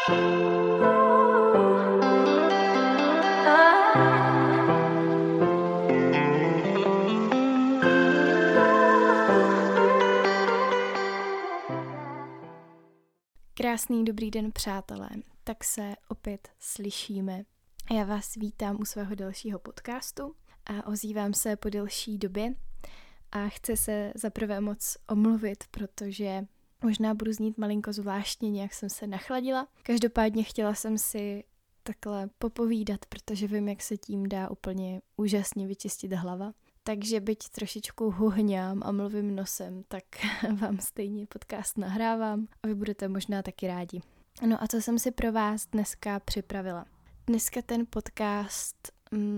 Krásný dobrý den, přátelé. Tak se opět slyšíme. Já vás vítám u svého dalšího podcastu a ozývám se po delší době a chci se zaprvé moc omluvit, protože možná budu znít malinko zvláštně, nějak jsem se nachladila. Každopádně chtěla jsem si takhle popovídat, protože vím, jak se tím dá úplně úžasně vyčistit hlava. Takže byť trošičku huhňám a mluvím nosem, tak vám stejně podcast nahrávám a vy budete možná taky rádi. No a co jsem si pro vás dneska připravila? Dneska ten podcast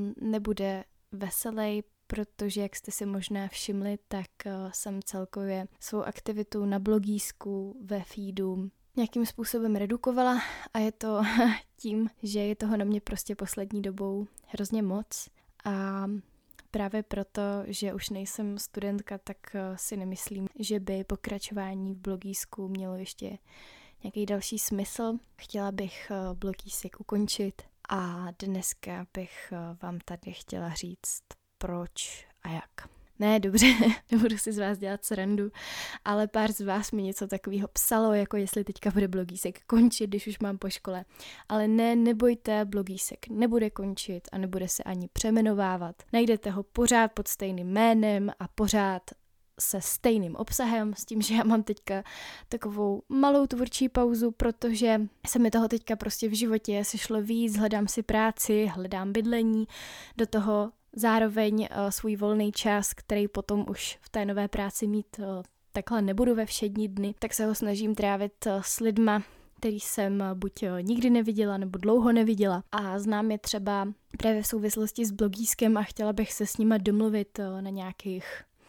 nebude veselý, protože, jak jste si možná všimli, tak jsem celkově svou aktivitu na blogísku, ve feedu nějakým způsobem redukovala a je to tím, že je toho na mě prostě poslední dobou hrozně moc a právě proto, že už nejsem studentka, tak si nemyslím, že by pokračování v blogísku mělo ještě nějaký další smysl. Chtěla bych blogísek ukončit a dneska bych vám tady chtěla říct proč a jak. Ne, dobře, nebudu si z vás dělat srandu, ale pár z vás mi něco takového psalo, jako jestli teďka bude blogísek končit, když už mám po škole. Ale ne, nebojte, blogísek nebude končit a nebude se ani přejmenovávat. Najdete ho pořád pod stejným jménem a pořád se stejným obsahem, s tím, že já mám teďka takovou malou tvůrčí pauzu, protože se mi toho teďka prostě v životě sešlo víc, hledám si práci, hledám bydlení, do toho zároveň svůj volný čas, který potom už v té nové práci mít takhle nebudu ve všední dny, tak se ho snažím trávit s lidma, který jsem buď nikdy neviděla nebo dlouho neviděla a znám je třeba právě v souvislosti s blogískem a chtěla bych se s nima domluvit na nějakých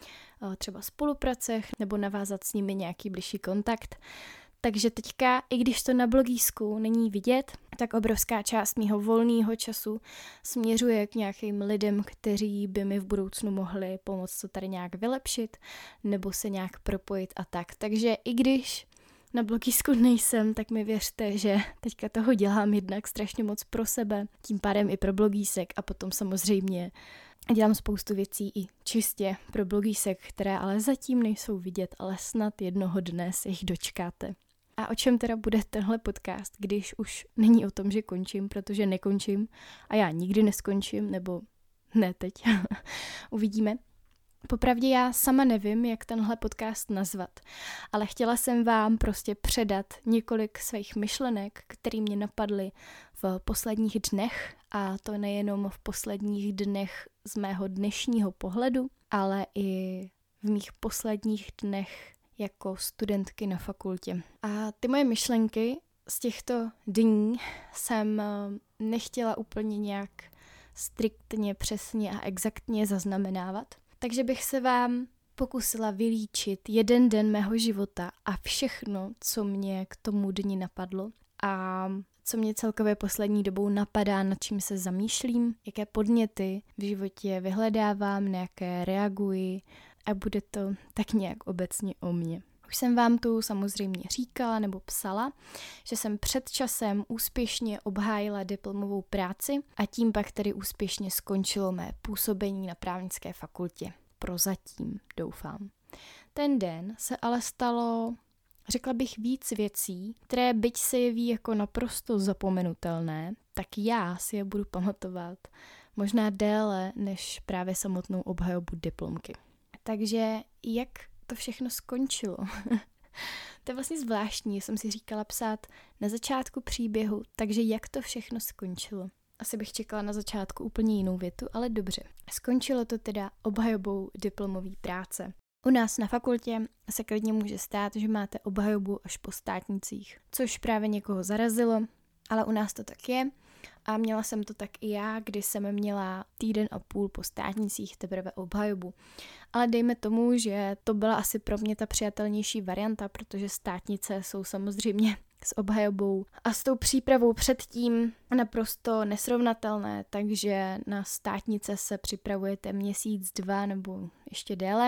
třeba spolupracech nebo navázat s nimi nějaký bližší kontakt. Takže teďka, i když to na blogísku není vidět, tak obrovská část mýho volného času směřuje k nějakým lidem, kteří by mi v budoucnu mohli pomoct to tady nějak vylepšit nebo se nějak propojit a tak. Takže i když na blogísku nejsem, tak mi věřte, že teďka toho dělám jednak strašně moc pro sebe, tím pádem i pro blogísek a potom samozřejmě dělám spoustu věcí i čistě pro blogísek, které ale zatím nejsou vidět, ale snad jednoho dne se jich dočkáte. A o čem teda bude tenhle podcast, když už není o tom, že končím, protože nekončím a já nikdy neskončím, nebo ne teď, uvidíme. Popravdě já sama nevím, jak tenhle podcast nazvat, ale chtěla jsem vám prostě předat několik svých myšlenek, které mě napadly v posledních dnech a to nejenom v posledních dnech z mého dnešního pohledu, ale i v mých posledních dnech jako studentky na fakultě. A ty moje myšlenky z těchto dní jsem nechtěla úplně nějak striktně, přesně a exaktně zaznamenávat, takže bych se vám pokusila vylíčit jeden den mého života a všechno, co mě k tomu dni napadlo a co mě celkově poslední dobou napadá, nad čím se zamýšlím, jaké podněty v životě vyhledávám, na jaké reaguji a bude to tak nějak obecně o mně. Už jsem vám tu samozřejmě říkala nebo psala, že jsem před časem úspěšně obhájila diplomovou práci a tím pak tedy úspěšně skončilo mé působení na právnické fakultě. Prozatím, doufám. Ten den se ale stalo, řekla bych, víc věcí, které byť se jeví jako naprosto zapomenutelné, tak já si je budu pamatovat možná déle než právě samotnou obhajobu diplomky. Takže jak to všechno skončilo? To je vlastně zvláštní, jsem si říkala psát na začátku příběhu, takže jak to všechno skončilo? Asi bych čekala na začátku úplně jinou větu, ale dobře. Skončilo to teda obhajobou diplomové práce. U nás na fakultě se klidně může stát, že máte obhajobu až po státnicích, což právě někoho zarazilo, ale u nás to tak je a měla jsem to tak i já, kdy jsem měla týden a půl po státnicích teprve obhajobu. Ale dejme tomu, že to byla asi pro mě ta přijatelnější varianta, protože státnice jsou samozřejmě s obhajobou a s tou přípravou předtím naprosto nesrovnatelné, takže na státnice se připravujete měsíc, dva nebo ještě déle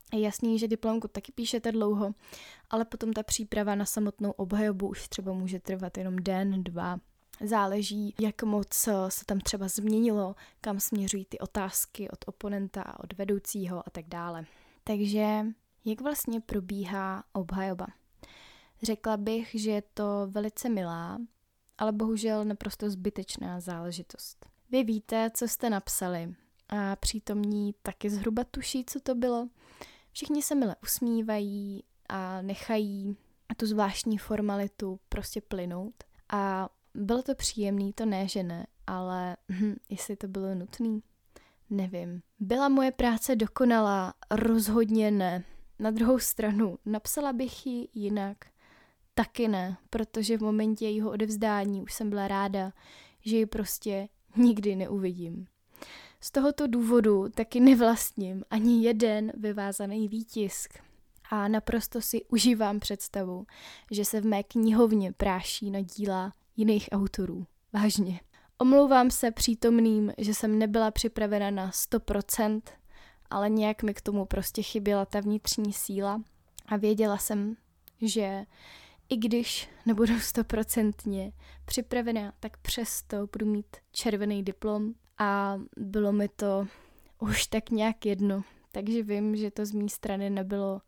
Je jasný, že diplomku taky píšete dlouho, ale potom ta příprava na samotnou obhajobu už třeba může trvat jenom den, 2. Záleží, jak moc se tam třeba změnilo, kam směřují ty otázky od oponenta a od vedoucího a tak dále. Takže jak vlastně probíhá obhajoba? Řekla bych, že je to velice milá, ale bohužel naprosto zbytečná záležitost. Vy víte, co jste napsali a přítomní taky zhruba tuší, co to bylo. Všichni se mile usmívají a nechají tu zvláštní formalitu prostě plynout. A bylo to příjemný, to ne, že ne, ale jestli to bylo nutné, nevím. Byla moje práce dokonalá? Rozhodně ne. Na druhou stranu, napsala bych ji jinak? Taky ne, protože v momentě jejího odevzdání už jsem byla ráda, že ji prostě nikdy neuvidím. Z tohoto důvodu taky nevlastním ani jeden vyvázaný výtisk a naprosto si užívám představu, že se v mé knihovně práší na díla jiných autorů. Vážně. Omlouvám se přítomným, že jsem nebyla připravena na 100%, ale nějak mi k tomu prostě chyběla ta vnitřní síla a věděla jsem, že i když nebudu 100% připravená, tak přesto budu mít červený diplom a bylo mi to už tak nějak jedno. Takže vím, že to z mé strany nebylo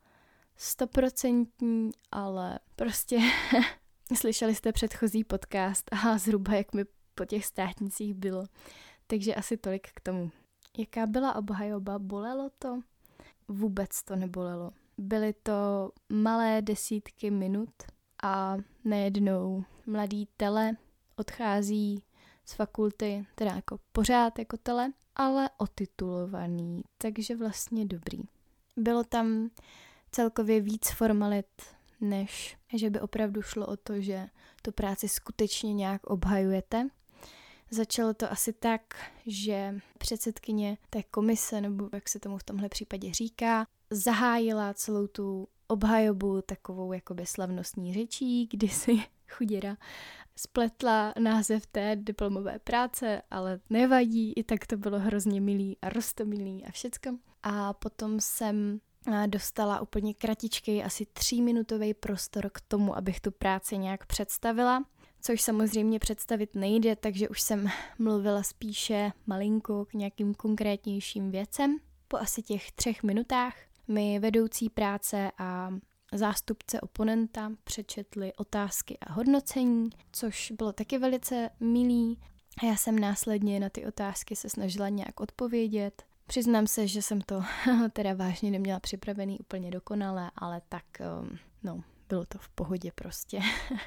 100%, ale prostě slyšeli jste předchozí podcast a zhruba jak mi po těch státnicích bylo. Takže asi tolik k tomu. Jaká byla obhajoba? Bolelo to? Vůbec to nebolelo. Byly to malé desítky minut a najednou mladý tele odchází z fakulty, teda jako pořád jako tele, ale otitulovaný, takže vlastně dobrý. Bylo tam celkově víc formalit, než že by opravdu šlo o to, že tu práci skutečně nějak obhajujete. Začalo to asi tak, že předsedkyně té komise, nebo jak se tomu v tomhle případě říká, zahájila celou tu obhajobu takovou jakoby slavnostní řečí, kdy si chuděra spletla název té diplomové práce, ale nevadí, i tak to bylo hrozně milý a roztomilý a všecko. A potom jsem dostala úplně kratičkej, asi 3minutový prostor k tomu, abych tu práci nějak představila, což samozřejmě představit nejde, takže už jsem mluvila spíše malinko k nějakým konkrétnějším věcem. Po asi těch 3 minutách mi vedoucí práce a zástupce oponenta přečetli otázky a hodnocení, což bylo taky velice milý. A já jsem následně na ty otázky se snažila nějak odpovědět. Přiznám se, že jsem to teda vážně neměla připravený úplně dokonale, ale tak, bylo to v pohodě prostě.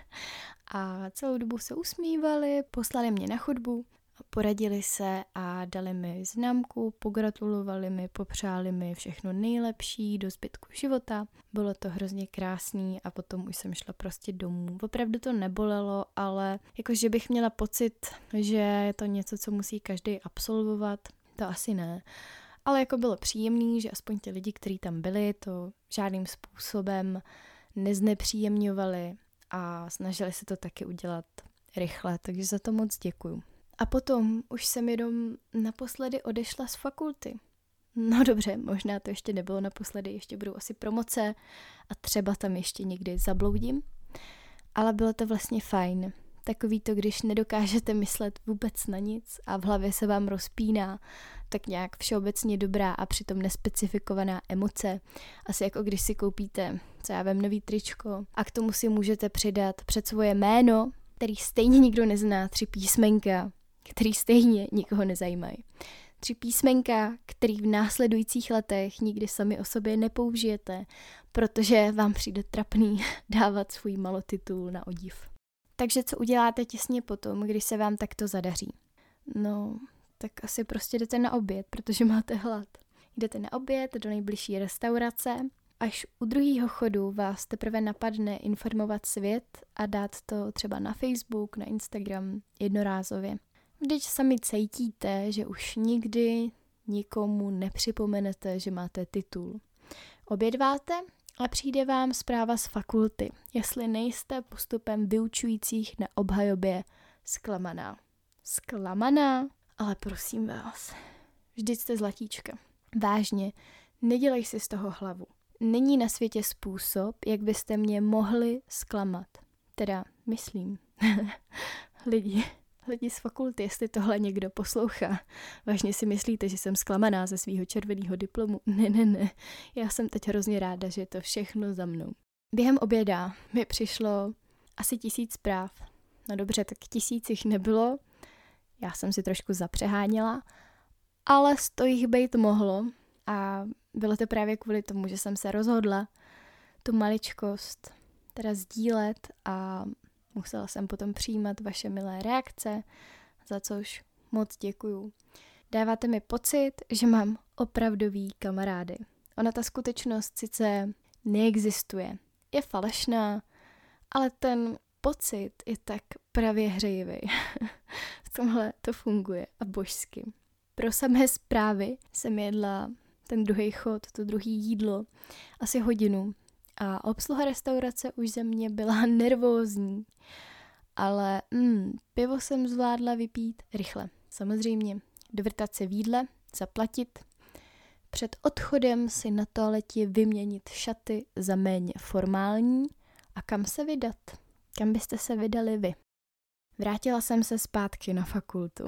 A celou dobu se usmívali, poslali mě na chodbu, poradili se a dali mi známku, pogratulovali mi, popřáli mi všechno nejlepší do zbytku života. Bylo to hrozně krásný a potom už jsem šla prostě domů. Opravdu to nebolelo, ale jakože bych měla pocit, že je to něco, co musí každý absolvovat, to asi ne. Ale jako bylo příjemný, že aspoň ti lidi, kteří tam byli, to žádným způsobem neznepříjemňovali a snažili se to taky udělat rychle, takže za to moc děkuju. A potom už jsem jenom naposledy odešla z fakulty. No dobře, možná to ještě nebylo naposledy, ještě budou asi promoce a třeba tam ještě někdy zabloudím. Ale bylo to vlastně fajn. Takový to, když nedokážete myslet vůbec na nic a v hlavě se vám rozpíná, tak nějak všeobecně dobrá a přitom nespecifikovaná emoce. Asi jako když si koupíte, co já vím, nový tričko a k tomu si můžete přidat před svoje jméno, který stejně nikdo nezná, 3 písmenka, který stejně nikoho nezajímají. 3 písmenka, který v následujících letech nikdy sami o sobě nepoužijete, protože vám přijde trapný dávat svůj malotitul na odiv. Takže co uděláte těsně potom, když se vám takto zadaří? No, tak asi prostě jdete na oběd, protože máte hlad. Jdete na oběd do nejbližší restaurace, až u druhého chodu vás teprve napadne informovat svět a dát to třeba na Facebook, na Instagram jednorázově. Vždyť sami cítíte, že už nikdy nikomu nepřipomenete, že máte titul. Obědváte a přijde vám zpráva z fakulty, jestli nejste postupem vyučujících na obhajobě zklamaná. Zklamaná? Ale prosím vás, vždyť jste zlatíčka. Vážně, Nedělej si z toho hlavu. Není na světě způsob, jak byste mě mohli zklamat. Teda, myslím. Lidi z fakulty, jestli tohle někdo poslouchá. Vážně si myslíte, že jsem zklamaná ze svého červeného diplomu? Ne. Já jsem teď hrozně ráda, že je to všechno za mnou. Během oběda mi přišlo asi 1000 zpráv. No dobře, tak 1000 jich nebylo. Já jsem si trošku zapřeháněla, ale 100 jich být mohlo. A bylo to právě kvůli tomu, že jsem se rozhodla tu maličkost teda sdílet a musela jsem potom přijímat vaše milé reakce, za což moc děkuju. Dáváte mi pocit, že mám opravdový kamarády. Ona ta skutečnost sice neexistuje, je falešná, ale ten pocit je tak pravě hřejivý. V tomhle to funguje a božsky. Pro samé zprávy jsem jedla ten druhý chod, to druhý jídlo, asi hodinu. A obsluha restaurace už ze mě byla nervózní. Ale pivo jsem zvládla vypít rychle. Samozřejmě, dovrtat se v jídle, zaplatit. Před odchodem si na toaletě vyměnit šaty za méně formální a kam se vydat. Kam byste se vydali vy? Vrátila jsem se zpátky na fakultu.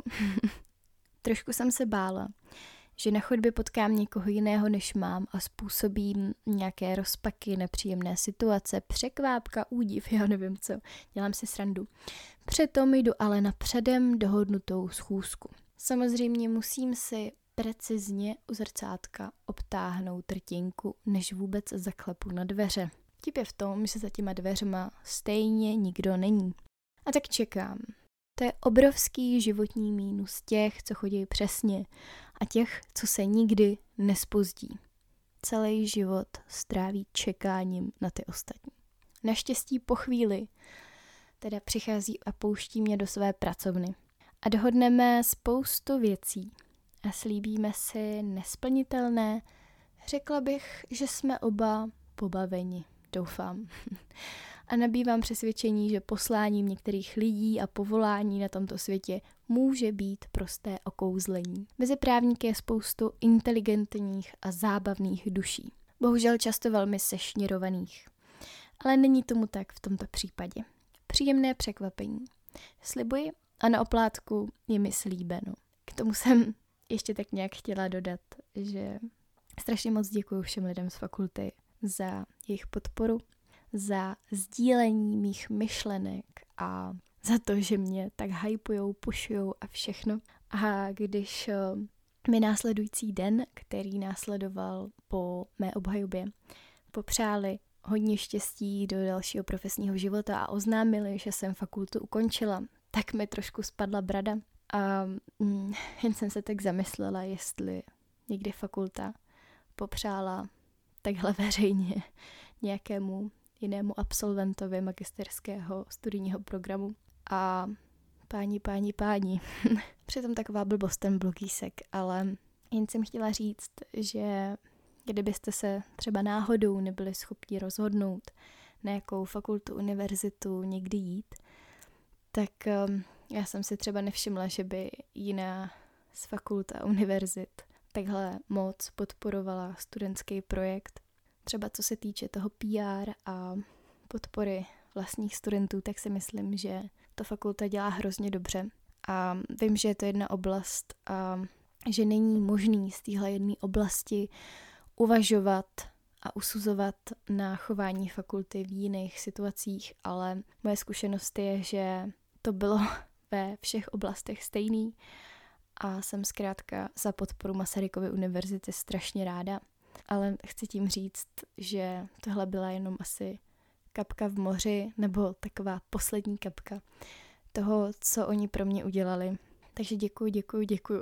Trošku jsem se bála, že na chodbě potkám někoho jiného, než mám a způsobím nějaké rozpaky, nepříjemné situace, překvápka, údiv, já nevím co, dělám si srandu. Přitom jdu ale na předem dohodnutou schůzku. Samozřejmě musím si precizně u zrcátka obtáhnout rtinku, než vůbec zaklepu na dveře. Vtip je v tom, že za těma dveřma stejně nikdo není. A tak čekám. To je obrovský životní mínus těch, co chodí přesně a těch, co se nikdy nespozdí. Celý život stráví čekáním na ty ostatní. Naštěstí po chvíli teda přichází a pouští mě do své pracovny. A dohodneme spoustu věcí a slíbíme si nesplnitelné. Řekla bych, že jsme oba pobaveni. Doufám. A nabývám přesvědčení, že posláním některých lidí a povolání na tomto světě může být prosté okouzlení. Mezi právníky je spoustu inteligentních a zábavných duší. Bohužel často velmi sešněrovaných. Ale není tomu tak v tomto případě. Příjemné překvapení. Slibuji a na oplátku je mi slíbeno. K tomu jsem ještě tak nějak chtěla dodat, že strašně moc děkuju všem lidem z fakulty za jejich podporu, za sdílení mých myšlenek a za to, že mě tak hypujou, pušujou a všechno. A když mi následující den, který následoval po mé obhajobě, popřáli hodně štěstí do dalšího profesního života a oznámili, že jsem fakultu ukončila, tak mi trošku spadla brada a jen jsem se tak zamyslela, jestli někdy fakulta popřála takhle veřejně nějakému jinému absolventovi magisterského studijního programu. A páni. Přitom taková blbost ten blogísek, ale jen jsem chtěla říct, že kdybyste se třeba náhodou nebyli schopni rozhodnout, na jakou fakultu, univerzitu někdy jít, tak já jsem si třeba nevšimla, že by jiná z fakult a univerzit takhle moc podporovala studentský projekt. Třeba co se týče toho PR a podpory vlastních studentů, tak si myslím, že to fakulta dělá hrozně dobře. A vím, že je to jedna oblast a že není možný z téhle jedné oblasti uvažovat a usuzovat na chování fakulty v jiných situacích, ale moje zkušenost je, že to bylo ve všech oblastech stejný a jsem zkrátka za podporu Masarykovy univerzity strašně ráda. Ale chci tím říct, že tohle byla jenom asi kapka v moři, nebo taková poslední kapka toho, co oni pro mě udělali. Takže děkuju.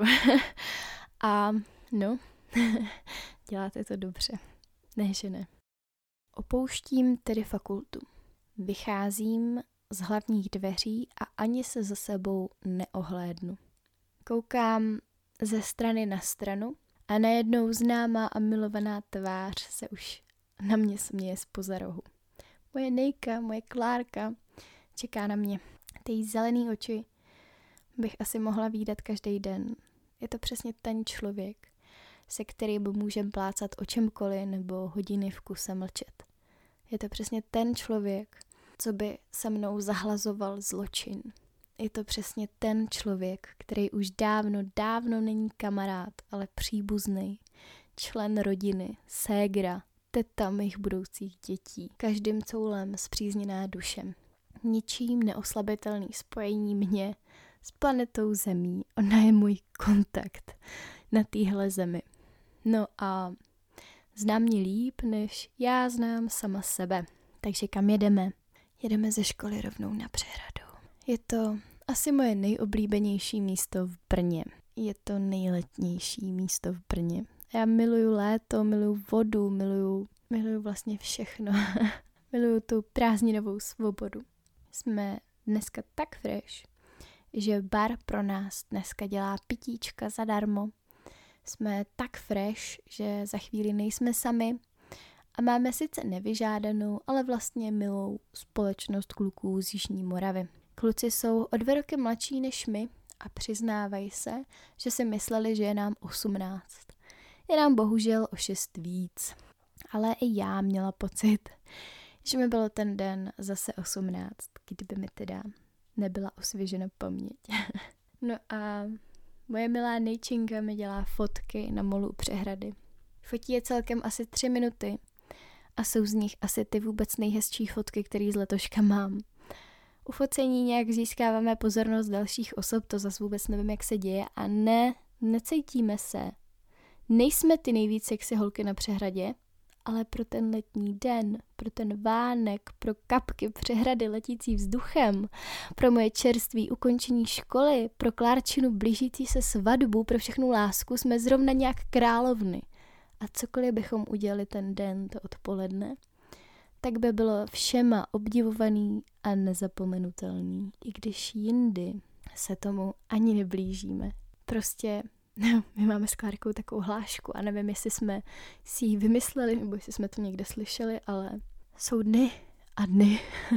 A no, děláte to dobře. Ne, že ne. Opouštím tedy fakultu. Vycházím z hlavních dveří a ani se za sebou neohlédnu. Koukám ze strany na stranu a najednou známá a milovaná tvář se už na mě směje zpoza rohu. Moje Nejka, moje Klárka čeká na mě. Ty zelený oči bych asi mohla vídat každý den. Je to přesně ten člověk, se kterým můžeme plácat o čemkoliv nebo hodiny v kuse mlčet. Je to přesně ten člověk, co by se mnou zahlazoval zločin. Je to přesně ten člověk, který už dávno není kamarád, ale příbuzný, člen rodiny, ségra, teta mých budoucích dětí, každým coulem spřízněná duše. Ničím neoslabitelný spojení mě s planetou Zemí. Ona je můj kontakt na téhle zemi. No a znám mě líp, než já znám sama sebe. Takže kam jedeme? Jedeme ze školy rovnou na Přehradu. Je to asi moje nejoblíbenější místo v Brně. Je to nejletnější místo v Brně. Já miluju léto, miluju vodu, miluju vlastně všechno. Miluju tu prázdninovou svobodu. Jsme dneska tak fresh, že bar pro nás dneska dělá pitíčka zadarmo. Jsme tak fresh, že za chvíli nejsme sami a máme sice nevyžádanou, ale vlastně milou společnost kluků z Jižní Moravy. Kluci jsou o 2 roky mladší než my a přiznávají se, že si mysleli, že je nám 18. Je nám bohužel o 6 víc. Ale i já měla pocit, že mi bylo ten den zase 18, kdyby mi teda nebyla osvěžena paměť. No a moje milá nejčinka mi dělá fotky na molu u Přehrady. Fotí je celkem asi 3 minuty a jsou z nich asi ty vůbec nejhezčí fotky, které z letoška mám. U focení nějak získáváme pozornost dalších osob, to zase vůbec nevím, jak se děje a necítíme se. Nejsme ty nejvíc sexy holky na Přehradě, ale pro ten letní den, pro ten vánek, pro kapky Přehrady letící vzduchem, pro moje čerství ukončení školy, pro Klárčinu blížící se svatbu, pro všechnu lásku jsme zrovna nějak královny. A cokoliv bychom udělali ten den, to odpoledne, tak by bylo všema obdivovaný a nezapomenutelný. I když jindy se tomu ani neblížíme. Prostě my máme s Klárkou takovou hlášku a nevím, jestli jsme si ji vymysleli, nebo jestli jsme to někde slyšeli, ale jsou dny a dny.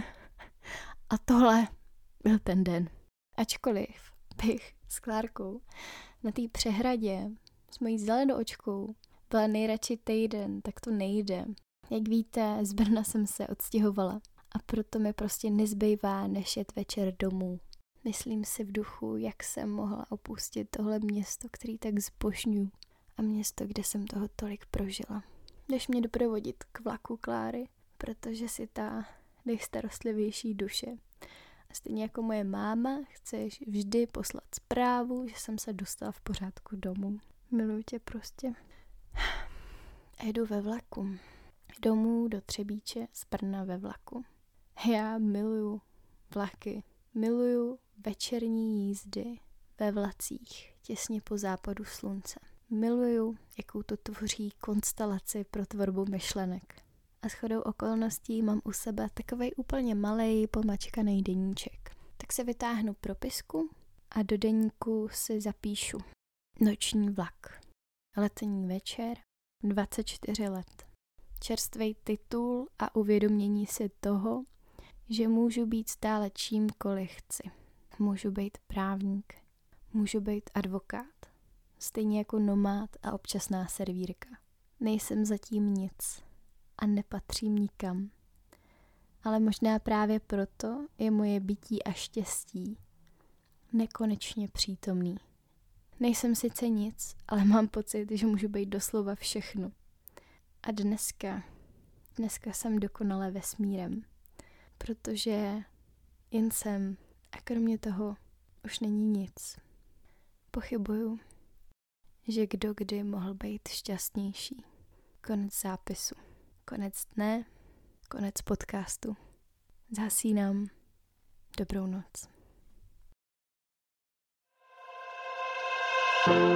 A tohle byl ten den. Ačkoliv bych s Klárkou na té Přehradě s mojí zelenoočkou byla nejradši týden, tak to nejde. Jak víte, z Brna jsem se odstěhovala a proto mi prostě nezbývá než jet večer domů. Myslím si v duchu, jak jsem mohla opustit tohle město, který tak zbožňuju a město, kde jsem toho tolik prožila. Jdeš mě doprovodit k vlaku Kláry, protože si ta nejstarostlivější duše. A stejně jako moje máma, chceš vždy poslat zprávu, že jsem se dostala v pořádku domů. Miluji tě prostě. A jdu ve vlaku. Domů do Třebíče z Brna ve vlaku. Já miluju vlaky. Miluju večerní jízdy ve vlacích těsně po západu slunce. Miluju, jakou to tvoří konstelaci pro tvorbu myšlenek. A shodou okolností mám u sebe takovej úplně malej pomačkanej deníček. Tak se vytáhnu propisku a do deníku si zapíšu noční vlak. Letní večer, 24 let. Čerstvej titul a uvědomění si toho, že můžu být stále čímkoliv chci. Můžu být právník, můžu být advokát, stejně jako nomád a občasná servírka. Nejsem zatím nic a nepatřím nikam. Ale možná právě proto je moje bytí a štěstí nekonečně přítomný. Nejsem sice nic, ale mám pocit, že můžu být doslova všechno. A dneska jsem dokonale vesmírem. Protože jen jsem a kromě toho už není nic. Pochybuju, že kdo kdy mohl být šťastnější. Konec zápisu. Konec dne, konec podcastu. Zhasínám. Dobrou noc.